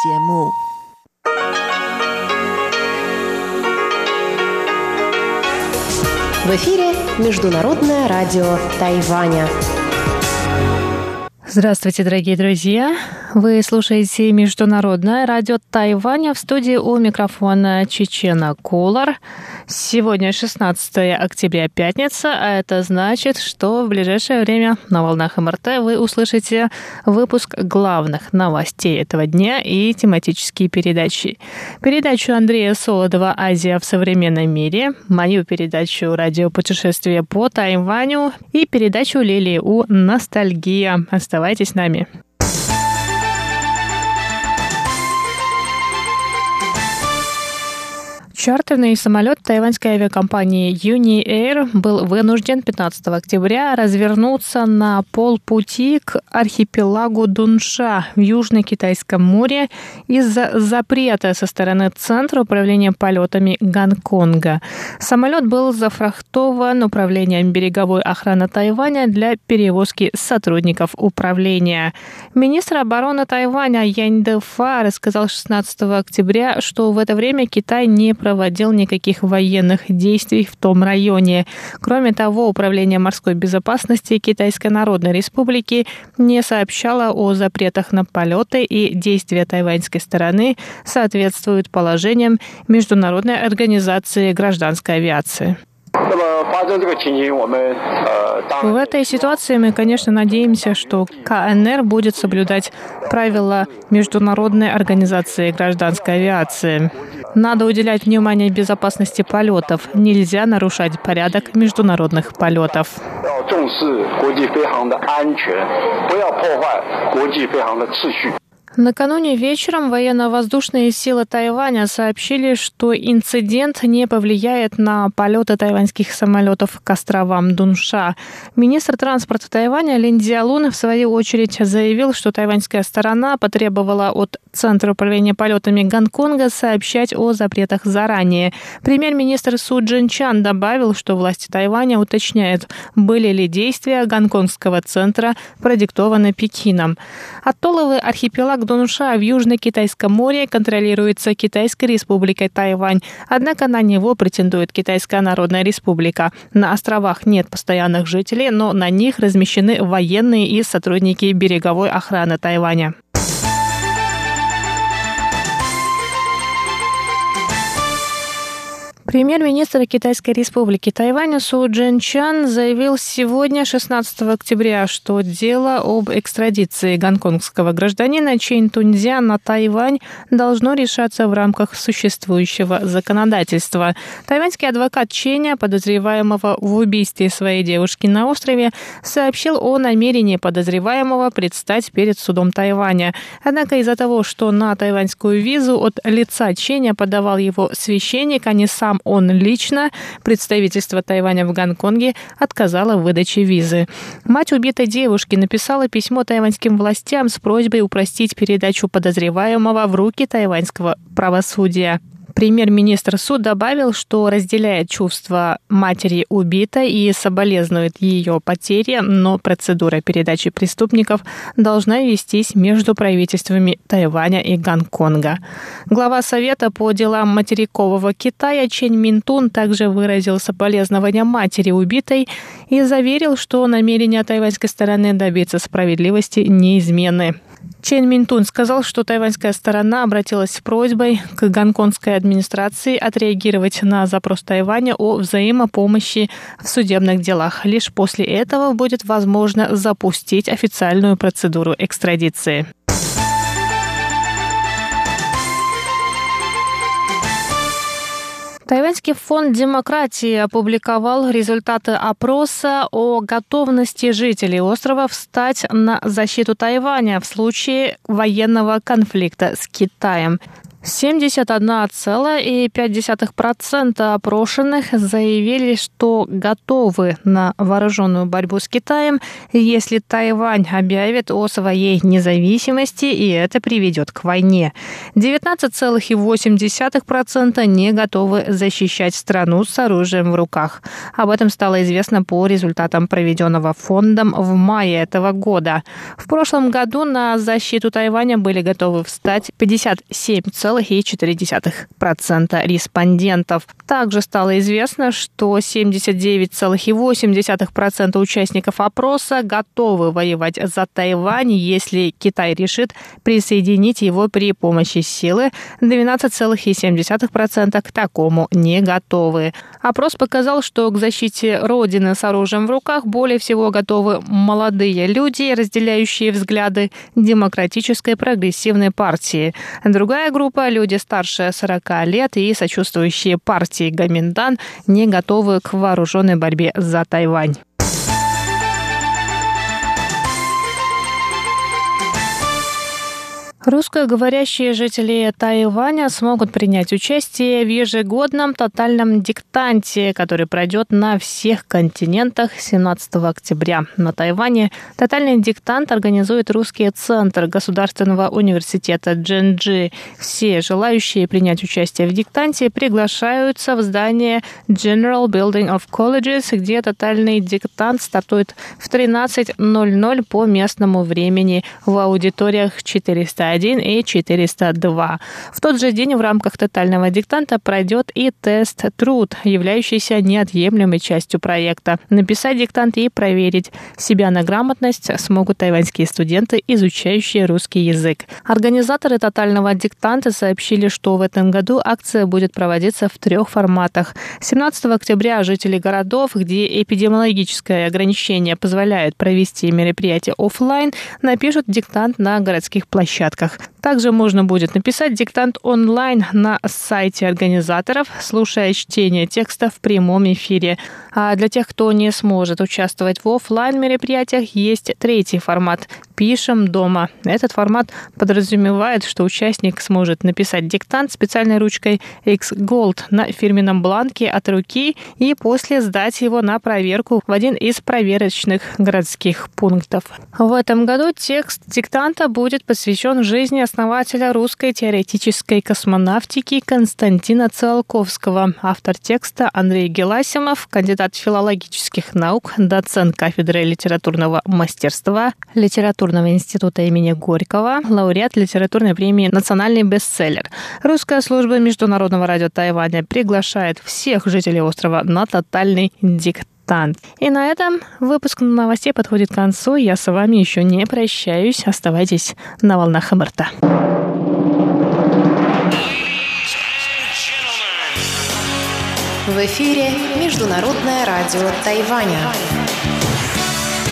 В эфире Международное радио Тайваня. Здравствуйте, дорогие друзья! Вы слушаете Международное радио Тайваня. В студии у микрофона Чечена Кулар. Сегодня 16 октября, пятница, а это значит, что в ближайшее время на волнах МРТ вы услышите выпуск главных новостей этого дня и тематические передачи. Передачу Андрея Солодова «Азия в современном мире», мою передачу «Радиопутешествие по Тайваню» и передачу Лилии У «Ностальгия». Оставайтесь с нами. Чартерный самолет тайваньской авиакомпании Uni Air был вынужден 15 октября развернуться на полпути к архипелагу Дунша в Южно-Китайском море из-за запрета со стороны Центра управления полетами Гонконга. Самолет был зафрахтован Управлением береговой охраны Тайваня для перевозки сотрудников управления. Министр обороны Тайваня Янь Дэфа рассказал 16 октября, что в это время Китай не проводил никаких военных действий в том районе. Кроме того, Управление морской безопасности Китайской Народной Республики не сообщало о запретах на полеты, и действия тайваньской стороны соответствуют положениям Международной организации гражданской авиации. В этой ситуации мы, конечно, надеемся, что КНР будет соблюдать правила Международной организации гражданской авиации. Надо уделять внимание безопасности полетов. Нельзя нарушать порядок международных полетов. Накануне вечером военно-воздушные силы Тайваня сообщили, что инцидент не повлияет на полеты тайваньских самолетов к островам Дунша. Министр транспорта Тайваня Лин Цзялун в свою очередь заявил, что тайваньская сторона потребовала от Центра управления полетами Гонконга сообщать о запретах заранее. Премьер-министр Су Чжэнчан добавил, что власти Тайваня уточняют, были ли действия гонконгского центра продиктованы Пекином. Атолловый архипелаг Дунша в Южно-Китайском море контролируется Китайской республикой Тайвань, однако на него претендует Китайская Народная Республика. На островах нет постоянных жителей, но на них размещены военные и сотрудники береговой охраны Тайваня. Премьер-министр Китайской республики Тайваня Су Чжэнчан заявил сегодня, 16 октября, что дело об экстрадиции гонконгского гражданина Чэнь Туньцзя на Тайвань должно решаться в рамках существующего законодательства. Тайваньский адвокат Чэня, подозреваемого в убийстве своей девушки на острове, сообщил о намерении подозреваемого предстать перед судом Тайваня. Однако из-за того, что на тайваньскую визу от лица Чэня подавал его священник, а не сам он лично, представительство Тайваня в Гонконге отказало в выдаче визы. Мать убитой девушки написала письмо тайваньским властям с просьбой упростить передачу подозреваемого в руки тайваньского правосудия. Премьер-министр Су добавил, что разделяет чувства матери убитой и соболезнует ее потере, но процедура передачи преступников должна вестись между правительствами Тайваня и Гонконга. Глава Совета по делам материкового Китая Чэнь Минтун также выразил соболезнования матери убитой и заверил, что намерения тайваньской стороны добиться справедливости неизменны. Чэнь Минтун сказал, что тайваньская сторона обратилась с просьбой к гонконгской администрации отреагировать на запрос Тайваня о взаимопомощи в судебных делах. Лишь после этого будет возможно запустить официальную процедуру экстрадиции. Тайваньский фонд демократии опубликовал результаты опроса о готовности жителей острова встать на защиту Тайваня в случае военного конфликта с Китаем. 71,5% опрошенных заявили, что готовы на вооруженную борьбу с Китаем, если Тайвань объявит о своей независимости, и это приведет к войне. 19,8% не готовы защищать страну с оружием в руках. Об этом стало известно по результатам проведенного фондом в мае этого года. В прошлом году на защиту Тайваня были готовы встать 57,4% респондентов. Также стало известно, что 79,8% участников опроса готовы воевать за Тайвань, если Китай решит присоединить его при помощи силы. 12,7% к такому не готовы. Опрос показал, что к защите Родины с оружием в руках более всего готовы молодые люди, разделяющие взгляды демократической прогрессивной партии. Другая группа – люди старше 40 лет и сочувствующие партии Гоминдан, не готовы к вооруженной борьбе за Тайвань. Русскоговорящие жители Тайваня смогут принять участие в ежегодном тотальном диктанте, который пройдет на всех континентах 17 октября. На Тайване тотальный диктант организует Русский центр Государственного университета Чжэньчжи. Все желающие принять участие в диктанте приглашаются в здание General Building of Colleges, где тотальный диктант стартует в 13:00 по местному времени в аудиториях 401 и 402. В тот же день в рамках тотального диктанта пройдет и тест-труд, являющийся неотъемлемой частью проекта. Написать диктант и проверить себя на грамотность смогут тайваньские студенты, изучающие русский язык. Организаторы тотального диктанта сообщили, что в этом году акция будет проводиться в 3 форматах. 17 октября жители городов, где эпидемиологическое ограничение позволяет провести мероприятие офлайн, напишут диктант на городских площадках. Также можно будет написать диктант онлайн на сайте организаторов, слушая чтение текста в прямом эфире. А для тех, кто не сможет участвовать в офлайн мероприятиях, есть 3 формат «Пишем дома». Этот формат подразумевает, что участник сможет написать диктант специальной ручкой X-Gold на фирменном бланке от руки и после сдать его на проверку в один из проверочных городских пунктов. В этом году текст диктанта будет посвящен жизни основателя русской теоретической космонавтики Константина Циолковского. Автор текста Андрей Геласимов, кандидат филологических наук, доцент кафедры литературного мастерства Литературного института имени Горького, лауреат литературной премии «Национальный бестселлер». Русская служба Международного радио Тайваня приглашает всех жителей острова на тотальный диктант. И на этом выпуск новостей подходит к концу. Я с вами еще не прощаюсь. Оставайтесь на волнах МРТ. В эфире Международное радио Тайваня.